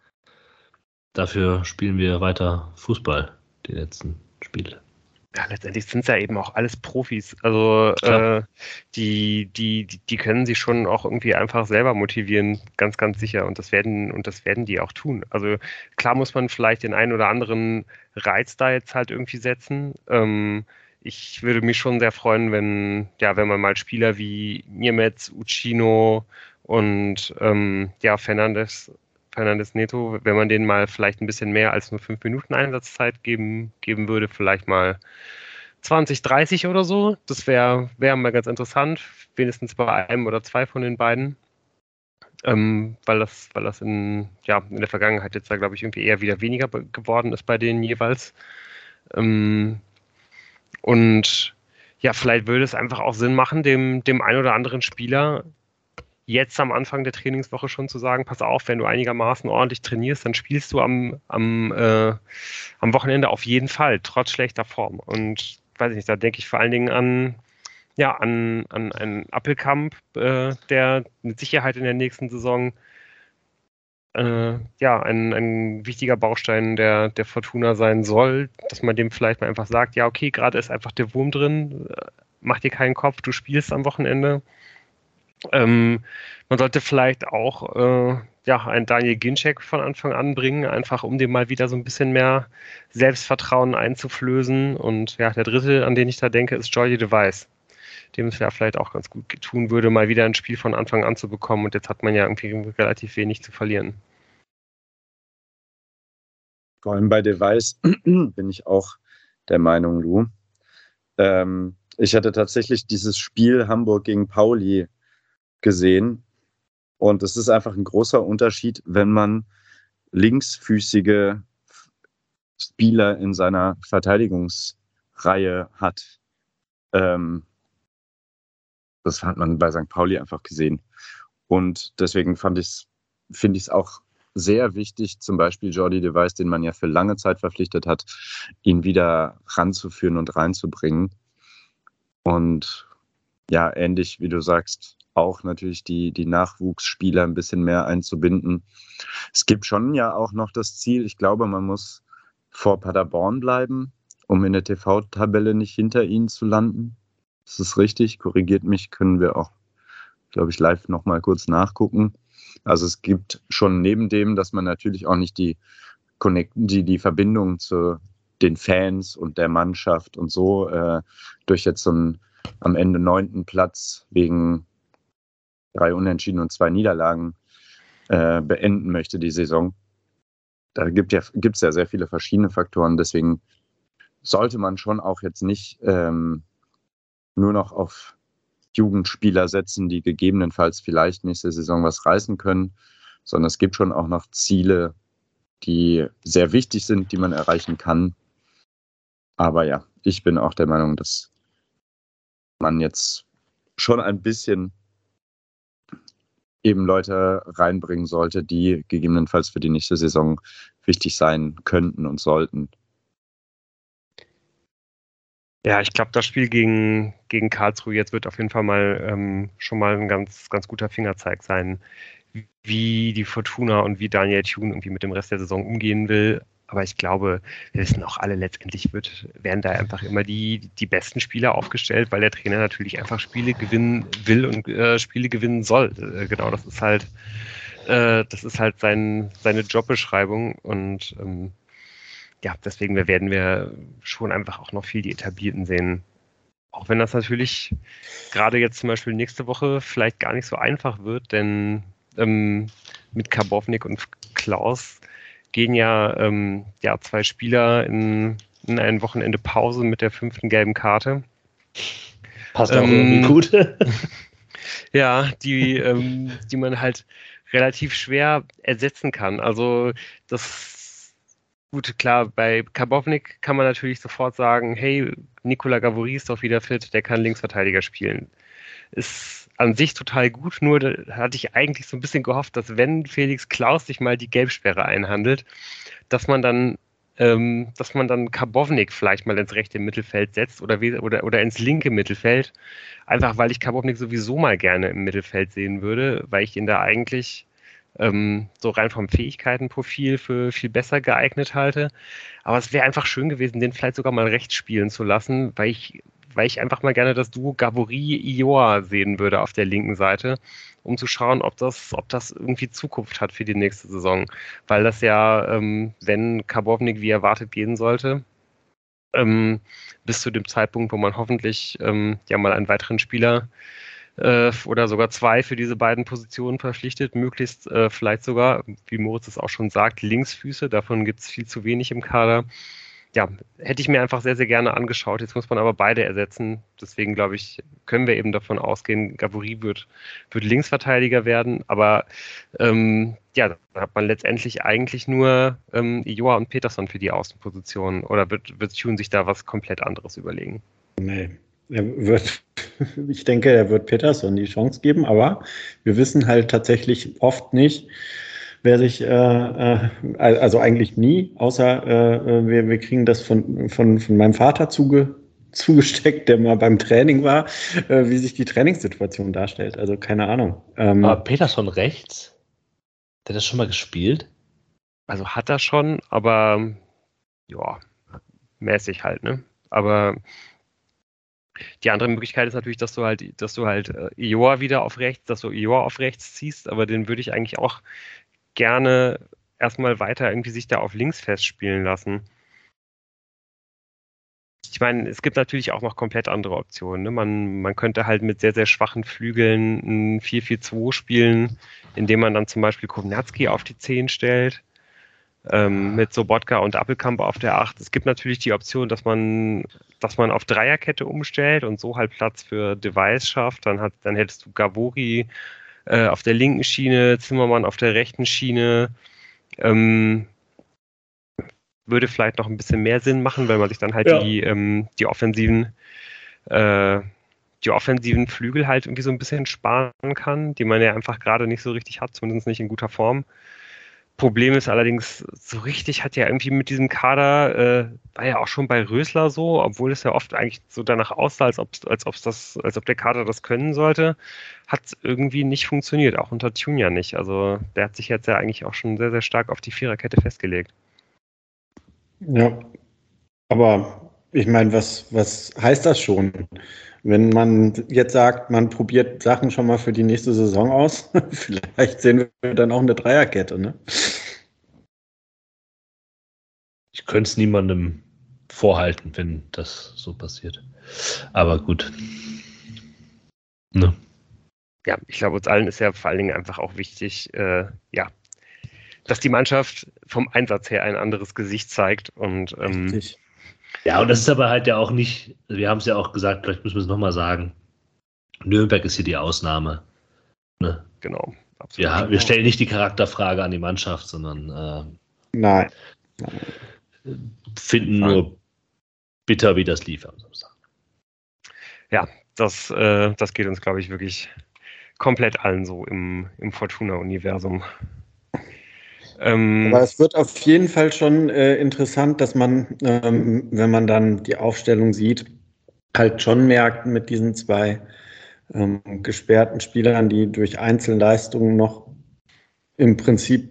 dafür spielen wir weiter Fußball, die letzten Spiele? Ja, letztendlich sind es ja eben auch alles Profis. Also äh, die, die, die können sich schon auch irgendwie einfach selber motivieren, ganz, ganz sicher. Und das werden, und das werden die auch tun. Also klar muss man vielleicht den einen oder anderen Reiz da jetzt halt irgendwie setzen. Ähm, ich würde mich schon sehr freuen, wenn, ja, wenn man mal Spieler wie Niemetz, Uccino und ähm, ja, Fernandes Fernandes Neto, wenn man denen mal vielleicht ein bisschen mehr als nur fünf Minuten Einsatzzeit geben, geben würde, vielleicht mal zwanzig, dreißig oder so. Das wäre wär mal ganz interessant, wenigstens bei einem oder zwei von den beiden. ähm, weil das, weil das in, ja, in der Vergangenheit jetzt da, glaube ich, irgendwie eher wieder weniger be- geworden ist bei denen jeweils. Ähm, und ja, vielleicht würde es einfach auch Sinn machen, dem, dem einen oder anderen Spieler jetzt am Anfang der Trainingswoche schon zu sagen, pass auf, wenn du einigermaßen ordentlich trainierst, dann spielst du am, am, äh, am Wochenende auf jeden Fall, trotz schlechter Form. Und weiß ich nicht, da denke ich vor allen Dingen an, ja, an, an einen Appelkamp, äh, der mit Sicherheit in der nächsten Saison äh, ja, ein, ein wichtiger Baustein der, der Fortuna sein soll, dass man dem vielleicht mal einfach sagt, ja, okay, gerade ist einfach der Wurm drin, äh, mach dir keinen Kopf, du spielst am Wochenende. Ähm, man sollte vielleicht auch äh, ja, einen Daniel Ginczek von Anfang an bringen, einfach um dem mal wieder so ein bisschen mehr Selbstvertrauen einzuflößen. Und ja, der dritte, an den ich da denke, ist Jordi de Wijs, dem es ja vielleicht auch ganz gut tun würde, mal wieder ein Spiel von Anfang an zu bekommen. Und jetzt hat man ja irgendwie relativ wenig zu verlieren. Vor allem bei de Wijs bin ich auch der Meinung, Lu. Ähm, ich hatte tatsächlich dieses Spiel Hamburg gegen Pauli gesehen. Und es ist einfach ein großer Unterschied, wenn man linksfüßige Spieler in seiner Verteidigungsreihe hat. Ähm, das hat man bei Sankt Pauli einfach gesehen. Und deswegen fand ich's, finde ich es auch sehr wichtig, zum Beispiel Jordi de Wijs, den man ja für lange Zeit verpflichtet hat, ihn wieder ranzuführen und reinzubringen. Und ja, ähnlich wie du sagst, auch natürlich die, die Nachwuchsspieler ein bisschen mehr einzubinden. Es gibt schon ja auch noch das Ziel, ich glaube, man muss vor Paderborn bleiben, um in der T V-Tabelle nicht hinter ihnen zu landen. Das ist richtig, korrigiert mich, können wir auch, glaube ich, live nochmal kurz nachgucken. Also es gibt schon neben dem, dass man natürlich auch nicht die, Connect, die, die Verbindung zu den Fans und der Mannschaft und so äh, durch jetzt so einen am Ende neunten Platz wegen drei Unentschieden und zwei Niederlagen äh, beenden möchte, die Saison. Da gibt ja, gibt's ja sehr viele verschiedene Faktoren. Deswegen sollte man schon auch jetzt nicht ähm, nur noch auf Jugendspieler setzen, die gegebenenfalls vielleicht nächste Saison was reißen können, sondern es gibt schon auch noch Ziele, die sehr wichtig sind, die man erreichen kann. Aber ja, ich bin auch der Meinung, dass man jetzt schon ein bisschen eben Leute reinbringen sollte, die gegebenenfalls für die nächste Saison wichtig sein könnten und sollten. Ja, ich glaube, das Spiel gegen, gegen Karlsruhe jetzt wird auf jeden Fall mal ähm, schon mal ein ganz, ganz guter Fingerzeig sein, wie die Fortuna und wie Daniel Thune irgendwie mit dem Rest der Saison umgehen will. Aber ich glaube, wir wissen auch alle, letztendlich wird, werden da einfach immer die, die besten Spieler aufgestellt, weil der Trainer natürlich einfach Spiele gewinnen will und äh, Spiele gewinnen soll. Äh, genau, das ist halt, äh, das ist halt sein, seine Jobbeschreibung. Und ähm, ja, deswegen werden wir schon einfach auch noch viel die Etablierten sehen. Auch wenn das natürlich gerade jetzt zum Beispiel nächste Woche vielleicht gar nicht so einfach wird, denn ähm, mit Karbovnik und Klaus gehen ja, ähm, ja zwei Spieler in, in ein Wochenende Pause mit der fünften gelben Karte. Passt auch ähm, irgendwie gut. Ja, die, ähm, die man halt relativ schwer ersetzen kann. Also das, gut, klar, bei Karbovnik kann man natürlich sofort sagen, hey, Nikola Gavory ist doch wieder fit, der kann Linksverteidiger spielen. Ist an sich total gut, nur da hatte ich eigentlich so ein bisschen gehofft, dass wenn Felix Klaus sich mal die Gelbsperre einhandelt, dass man dann ähm, dass man dann Karbovnik vielleicht mal ins rechte Mittelfeld setzt oder, oder, oder ins linke Mittelfeld, einfach weil ich Karbovnik sowieso mal gerne im Mittelfeld sehen würde, weil ich ihn da eigentlich ähm, so rein vom Fähigkeitenprofil für viel besser geeignet halte. Aber es wäre einfach schön gewesen, den vielleicht sogar mal rechts spielen zu lassen, weil ich weil ich einfach mal gerne das Duo Gavory-Ioa sehen würde auf der linken Seite, um zu schauen, ob das, ob das irgendwie Zukunft hat für die nächste Saison. Weil das ja, ähm, wenn Karbovnik wie erwartet gehen sollte, ähm, bis zu dem Zeitpunkt, wo man hoffentlich ähm, ja mal einen weiteren Spieler äh, oder sogar zwei für diese beiden Positionen verpflichtet, möglichst äh, vielleicht sogar, wie Moritz es auch schon sagt, Linksfüße, davon gibt es viel zu wenig im Kader. ja, hätte ich mir einfach sehr, sehr gerne angeschaut. Jetzt muss man aber beide ersetzen. Deswegen, glaube ich, können wir eben davon ausgehen, Gaboury wird, wird Linksverteidiger werden. Aber ähm, ja, da hat man letztendlich eigentlich nur ähm, Ijoa und Peterson für die Außenposition. Oder wird, wird Thune sich da was komplett anderes überlegen? Nee. Er wird, ich denke, er wird Peterson die Chance geben, aber wir wissen halt tatsächlich oft nicht, wer sich, äh, äh, also eigentlich nie, außer äh, wir, wir kriegen das von, von, von meinem Vater zuge, zugesteckt, der mal beim Training war, äh, wie sich die Trainingssituation darstellt. Also keine Ahnung. Ähm, aber Peterson rechts? Der hat das schon mal gespielt? Also hat er schon, aber ja, mäßig halt, ne? Aber die andere Möglichkeit ist natürlich, dass du halt, dass du halt äh, Ijoa wieder auf rechts, dass du Ijoa auf rechts ziehst, aber den würde ich eigentlich auch gerne erstmal weiter irgendwie sich da auf links festspielen lassen. Ich meine, es gibt natürlich auch noch komplett andere Optionen. Ne? Man, man könnte halt mit sehr, sehr schwachen Flügeln ein vier vier zwei spielen, indem man dann zum Beispiel Kovnatski auf die zehn stellt, ähm, mit Sobotka und Appelkamp auf der acht. Es gibt natürlich die Option, dass man, dass man auf Dreierkette umstellt und so halt Platz für Device schafft. Dann, hat, dann hättest du Gaboury äh, auf der linken Schiene, Zimmermann auf der rechten Schiene. Ähm, würde vielleicht noch ein bisschen mehr Sinn machen, weil man sich dann halt Ja. die, ähm, die offensiven äh, die offensiven Flügel halt irgendwie so ein bisschen sparen kann, die man ja einfach gerade nicht so richtig hat, zumindest nicht in guter Form. Problem ist allerdings, so richtig hat ja irgendwie mit diesem Kader, äh, war ja auch schon bei Rösler so, obwohl es ja oft eigentlich so danach aussah, als ob als ob's das, als ob der Kader das können sollte, hat es irgendwie nicht funktioniert, auch unter Thune ja nicht. Also der hat sich jetzt ja eigentlich auch schon sehr, sehr stark auf die Viererkette festgelegt. Ja, aber ich meine, was, was heißt das schon? Wenn man jetzt sagt, man probiert Sachen schon mal für die nächste Saison aus, vielleicht sehen wir dann auch eine Dreierkette, ne? Ich könnte es niemandem vorhalten, wenn das so passiert. Aber gut. Ne? Ja, ich glaube, uns allen ist ja vor allen Dingen einfach auch wichtig, äh, ja, dass die Mannschaft vom Einsatz her ein anderes Gesicht zeigt. Und ähm, Richtig. Ja, und das ist aber halt ja auch nicht, wir haben es ja auch gesagt, vielleicht müssen wir es nochmal sagen, Nürnberg ist hier die Ausnahme. Ne? Genau, absolut. Ja, wir stellen nicht die Charakterfrage an die Mannschaft, sondern äh, Nein. finden nur bitter, wie das lief. Ja, das, äh, das geht uns, glaube ich, wirklich komplett allen so im, im Fortuna-Universum. Ähm, Aber es wird auf jeden Fall schon äh, interessant, dass man, ähm, wenn man dann die Aufstellung sieht, halt schon merkt mit diesen zwei ähm, gesperrten Spielern, die durch Einzelleistungen noch im Prinzip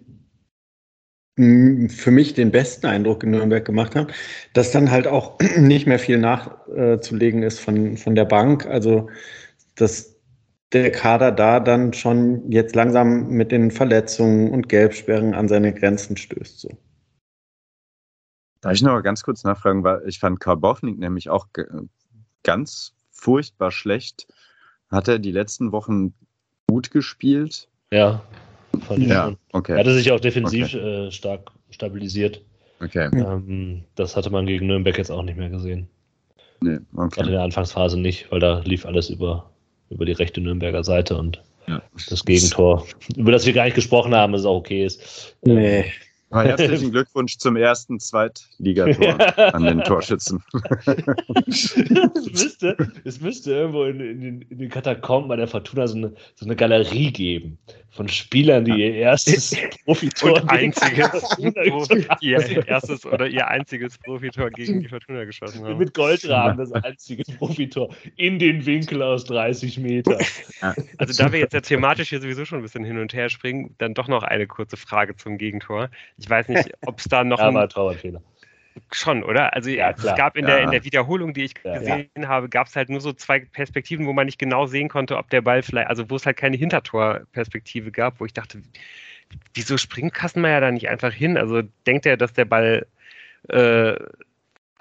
mh, für mich den besten Eindruck in Nürnberg gemacht haben, dass dann halt auch nicht mehr viel nachzulegen äh, ist von, von der Bank. Also dass der Kader da dann schon jetzt langsam mit den Verletzungen und Gelbsperren an seine Grenzen stößt. So. Darf ich noch mal ganz kurz nachfragen, weil ich fand Karbovnik nämlich auch g- ganz furchtbar schlecht. Hat er die letzten Wochen gut gespielt? Ja, fand ich Ja, schon. okay. Er hatte sich auch defensiv Okay. äh, stark stabilisiert. Okay. Ähm, das hatte man gegen Nürnberg jetzt auch nicht mehr gesehen. Nee, Gerade in okay. der Anfangsphase nicht, weil da lief alles über, über die rechte Nürnberger Seite und Ja. das Gegentor, über das wir gar nicht gesprochen haben, ist auch okay ist. Nee. Aber herzlichen Glückwunsch zum ersten Zweitligator an den Torschützen. es, müsste, es müsste irgendwo in, in, den, in den Katakomben bei der Fortuna so eine, so eine Galerie geben von Spielern, die ihr erstes Profitor und einziges gegen die Fortuna ihr erstes oder ihr einziges Profitor gegen die Fortuna geschossen haben. mit Goldrahmen das einzige Profitor in den Winkel aus dreißig Metern. Also da wir jetzt ja thematisch hier sowieso schon ein bisschen hin und her springen, dann doch noch eine kurze Frage zum Gegentor. Ich weiß nicht, ob es da noch Ja, ein, war ein Torwartfehler. schon, oder? Also Ja, es klar. gab in, Ja. der, in der Wiederholung, die ich Ja. gesehen habe, gab es halt nur so zwei Perspektiven, wo man nicht genau sehen konnte, ob der Ball vielleicht, also wo es halt keine Hintertorperspektive gab, wo ich dachte, wieso springt Kassenmeier da nicht einfach hin? Also denkt er, dass der Ball äh,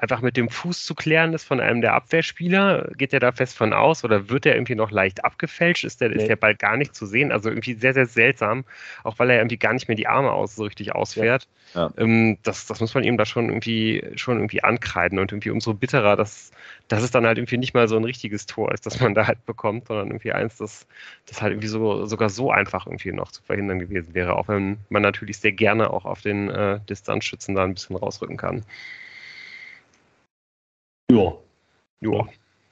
einfach mit dem Fuß zu klären ist von einem der Abwehrspieler? Geht der da fest von aus oder wird der irgendwie noch leicht abgefälscht? Ist der, nee. ist der Ball gar nicht zu sehen? Also irgendwie sehr, sehr seltsam, auch weil er irgendwie gar nicht mehr die Arme aus so richtig ausfährt. Ja. Ja. Ähm, das, das muss man ihm da schon irgendwie, schon irgendwie ankreiden und irgendwie umso bitterer, dass, dass es dann halt irgendwie nicht mal so ein richtiges Tor ist, das man da halt bekommt, sondern irgendwie eins, das, das halt irgendwie so, sogar so einfach irgendwie noch zu verhindern gewesen wäre, auch wenn man natürlich sehr gerne auch auf den äh, Distanzschützen da ein bisschen rausrücken kann. Ja. Ja.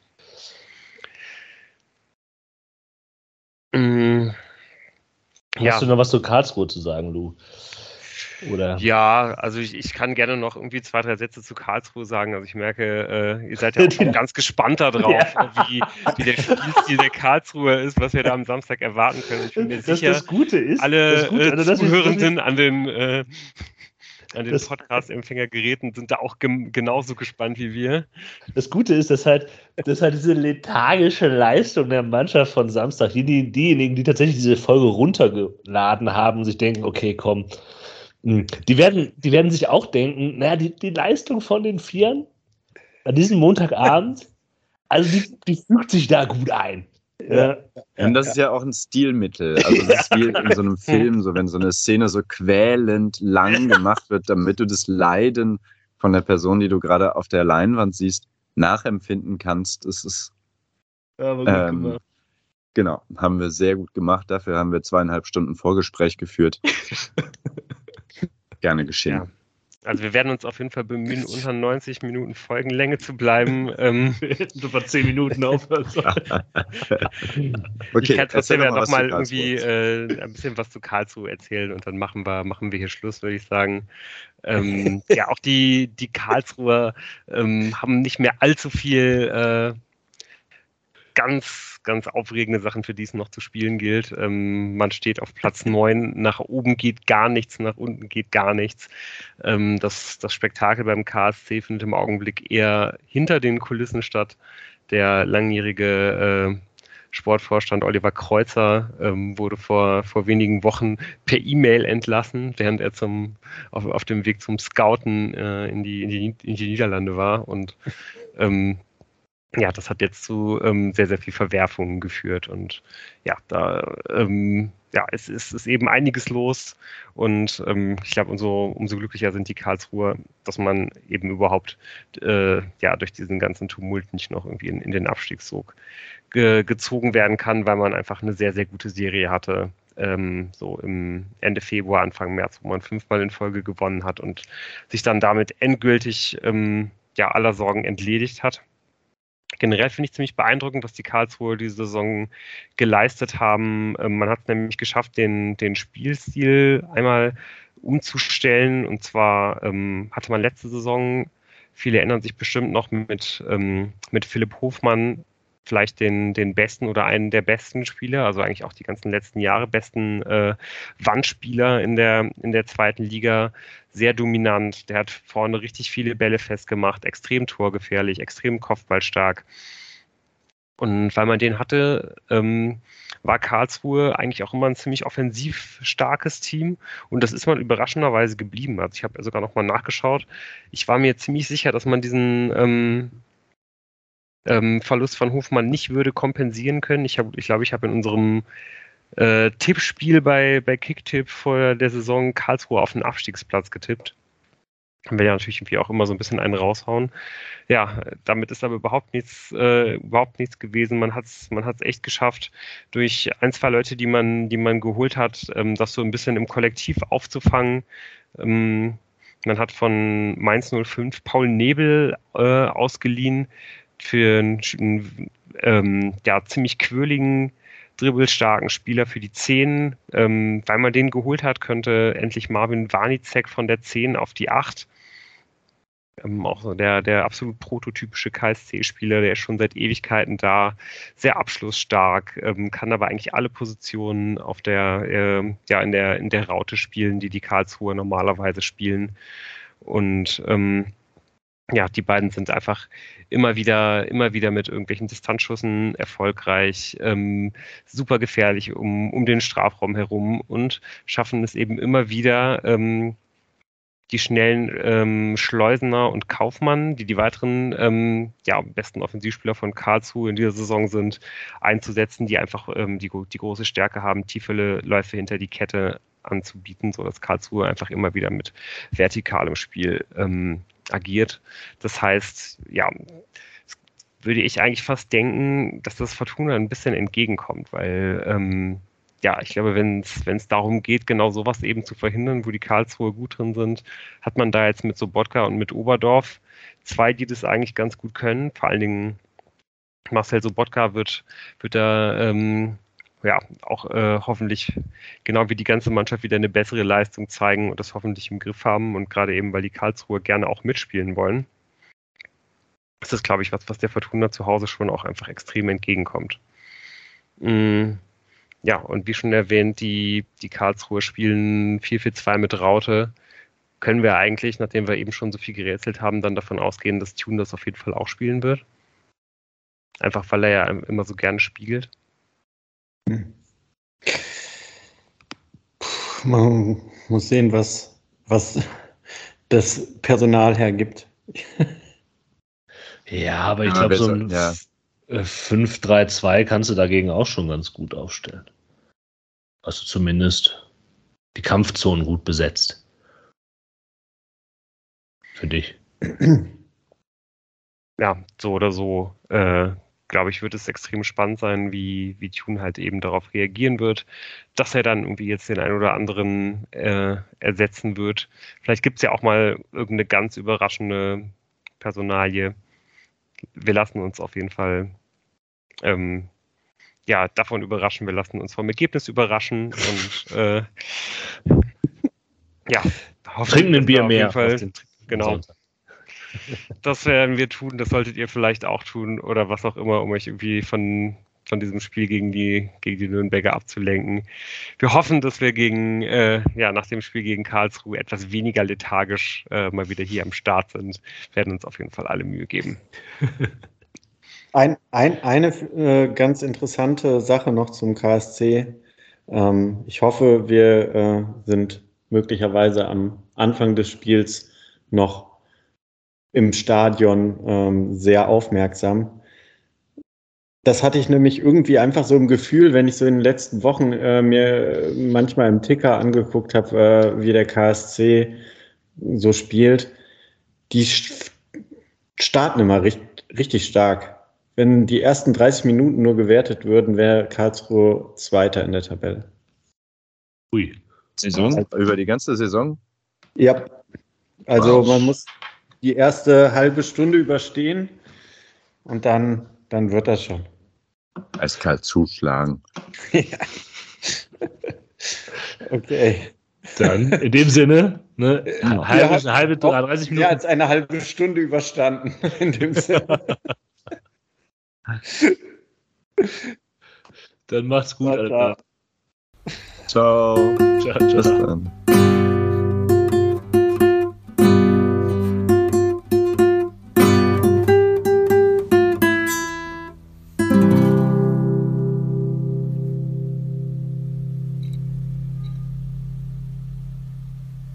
Mm. Hast ja. du noch was zu Karlsruhe zu sagen, Lou? Oder? Ja, also ich, ich kann gerne noch irgendwie zwei, drei Sätze zu Karlsruhe sagen. Also ich merke, äh, ihr seid ja auch schon ganz gespannt darauf, ja. wie, wie der Spielstil der Karlsruhe ist, was wir da am Samstag erwarten können. Ich bin mir das, sicher, das Gute ist, alle das Gute, also das Zuhörenden ist, an den äh, an den Podcast-Empfängergeräten sind da auch gem- genauso gespannt wie wir. Das Gute ist, dass halt, dass halt diese lethargische Leistung der Mannschaft von Samstag, die, die, diejenigen, die tatsächlich diese Folge runtergeladen haben, sich denken, okay, komm, die werden, die werden sich auch denken, naja, die, die Leistung von den Vieren an diesem Montagabend, also die, die fügt sich da gut ein. Ja. Und das ist ja auch ein Stilmittel. Also das ist wie in so einem Film, so wenn so eine Szene so quälend lang gemacht wird, damit du das Leiden von der Person, die du gerade auf der Leinwand siehst, nachempfinden kannst. Das ist ja, gut ähm, gemacht. Genau, haben wir sehr gut gemacht. Dafür haben wir zweieinhalb Stunden Vorgespräch geführt. Gerne geschehen. Ja. Also wir werden uns auf jeden Fall bemühen, unter neunzig Minuten Folgenlänge zu bleiben. Ähm, du vor zehn Minuten aufhören okay, ich kann trotzdem ja noch mal irgendwie äh, ein bisschen was zu Karlsruhe erzählen und dann machen wir, machen wir hier Schluss, würde ich sagen. Ähm, ja, auch die, die Karlsruher ähm, haben nicht mehr allzu viel äh, ganz, ganz aufregende Sachen, für die es noch zu spielen gilt. Ähm, man steht auf Platz neun, nach oben geht gar nichts, nach unten geht gar nichts. Ähm, das, das Spektakel beim K S C findet im Augenblick eher hinter den Kulissen statt. Der langjährige äh, Sportvorstand Oliver Kreuzer ähm, wurde vor, vor wenigen Wochen per E-Mail entlassen, während er zum, auf, auf dem Weg zum Scouten äh, in, die, in, die, in die Niederlande war und ähm, ja, das hat jetzt zu ähm, sehr, sehr viel Verwerfungen geführt und ja, da ähm, ja, es ist, ist eben einiges los und ähm, ich glaube, umso, umso glücklicher sind die Karlsruher, dass man eben überhaupt äh, ja durch diesen ganzen Tumult nicht noch irgendwie in, in den Abstiegszug ge- gezogen werden kann, weil man einfach eine sehr, sehr gute Serie hatte. Ähm, so im Ende Februar, Anfang März, wo man fünfmal in Folge gewonnen hat und sich dann damit endgültig ähm, ja, aller Sorgen entledigt hat. Generell finde ich ziemlich beeindruckend, was die Karlsruher diese Saison geleistet haben. Man hat es nämlich geschafft, den, den Spielstil einmal umzustellen. Und zwar ähm, hatte man letzte Saison, viele erinnern sich bestimmt noch mit, ähm, mit Philipp Hofmann, vielleicht den, den besten oder einen der besten Spieler, also eigentlich auch die ganzen letzten Jahre besten äh, Wandspieler in der, in der zweiten Liga. Sehr dominant, der hat vorne richtig viele Bälle festgemacht, extrem torgefährlich, extrem kopfballstark. Und weil man den hatte, ähm, war Karlsruhe eigentlich auch immer ein ziemlich offensiv starkes Team und das ist man überraschenderweise geblieben. Also ich habe sogar nochmal nachgeschaut. Ich war mir ziemlich sicher, dass man diesen ähm, ähm, Verlust von Hofmann nicht würde kompensieren können. Ich glaube, ich, glaub, ich habe in unserem Äh, Tippspiel bei, bei Kicktipp vor der Saison Karlsruhe auf den Abstiegsplatz getippt. Dann will ja natürlich irgendwie auch immer so ein bisschen einen raushauen. Ja, damit ist aber überhaupt nichts, äh, überhaupt nichts gewesen. Man hat es man hat's echt geschafft, durch ein, zwei Leute, die man, die man geholt hat, ähm, das so ein bisschen im Kollektiv aufzufangen. Ähm, man hat von Mainz null fünf Paul Nebel äh, ausgeliehen für einen, einen ähm, ja, ziemlich quirligen dribbelstarken Spieler für die zehn. Ähm, weil man den geholt hat, könnte endlich Marvin Warnicek von der zehn auf die acht. Ähm, auch so der, der absolut prototypische K S C-Spieler, der ist schon seit Ewigkeiten da, sehr abschlussstark, ähm, kann aber eigentlich alle Positionen auf der, äh, ja, in der, in der Raute spielen, die die Karlsruher normalerweise spielen. Und ähm, ja, die beiden sind einfach immer wieder, immer wieder mit irgendwelchen Distanzschüssen erfolgreich, ähm, super gefährlich um, um den Strafraum herum und schaffen es eben immer wieder, ähm, die schnellen ähm, Schleusener und Kaufmann, die die weiteren ähm, ja, besten Offensivspieler von Karlsruhe in dieser Saison sind, einzusetzen, die einfach ähm, die, die große Stärke haben, tiefe Läufe hinter die Kette anzubieten, sodass Karlsruhe einfach immer wieder mit vertikalem Spiel ähm, agiert. Das heißt, ja, würde ich eigentlich fast denken, dass das Fortuna ein bisschen entgegenkommt, weil ähm, ja, ich glaube, wenn es darum geht, genau sowas eben zu verhindern, wo die Karlsruhe gut drin sind, hat man da jetzt mit Sobotka und mit Oberdorf zwei, die das eigentlich ganz gut können. Vor allen Dingen Marcel Sobotka wird, wird da ähm, ja auch äh, hoffentlich genau wie die ganze Mannschaft wieder eine bessere Leistung zeigen und das hoffentlich im Griff haben. Und gerade eben, weil die Karlsruhe gerne auch mitspielen wollen, ist das, glaube ich, was, was der Fortuna zu Hause schon auch einfach extrem entgegenkommt. Mm. Ja, und wie schon erwähnt, die, die Karlsruher spielen vier vier zwei mit Raute. Können wir eigentlich, nachdem wir eben schon so viel gerätselt haben, dann davon ausgehen, dass Thun das auf jeden Fall auch spielen wird? Einfach, weil er ja immer so gerne spiegelt. Hm. Puh, man muss sehen, was, was das Personal hergibt. Ja, aber ich ja, glaube, so ein ja. fünf drei zwei kannst du dagegen auch schon ganz gut aufstellen. Also zumindest die Kampfzonen gut besetzt. Für dich. Ja, so oder so, äh, glaube ich, wird es extrem spannend sein, wie, wie Thun halt eben darauf reagieren wird, dass er dann irgendwie jetzt den einen oder anderen äh, ersetzen wird. Vielleicht gibt es ja auch mal irgendeine ganz überraschende Personalie. Wir lassen uns auf jeden Fall ähm, ja, davon überraschen. Wir lassen uns vom Ergebnis überraschen und äh, ja, trinken ein Bier mehr. Fall, den, genau. Sonntag. Das werden wir tun, das solltet ihr vielleicht auch tun oder was auch immer, um euch irgendwie von, von diesem Spiel gegen die, gegen die Nürnberger abzulenken. Wir hoffen, dass wir gegen, äh, ja, nach dem Spiel gegen Karlsruhe etwas weniger lethargisch äh, mal wieder hier am Start sind. Werden uns auf jeden Fall alle Mühe geben. Ein, ein, eine äh, ganz interessante Sache noch zum K S C. Ähm, ich hoffe, wir äh, sind möglicherweise am Anfang des Spiels noch im Stadion ähm, sehr aufmerksam. Das hatte ich nämlich irgendwie einfach so im Gefühl, wenn ich so in den letzten Wochen äh, mir manchmal im Ticker angeguckt habe, äh, wie der K S C so spielt. Die starten immer richtig, richtig stark. Wenn die ersten dreißig Minuten nur gewertet würden, wäre Karlsruhe Zweiter in der Tabelle. Ui. Saison? Über die ganze Saison? Ja. Also wow. Man muss die erste halbe Stunde überstehen und dann, dann wird das schon. Eiskalt zuschlagen. Ja. Okay. Dann in dem Sinne, ne, eine halbe, eine halbe dreißig Minuten. Mehr als eine halbe Stunde überstanden. In dem Sinne. Dann macht's gut, Alter. Ciao. Ciao. Ciao. Bis dann.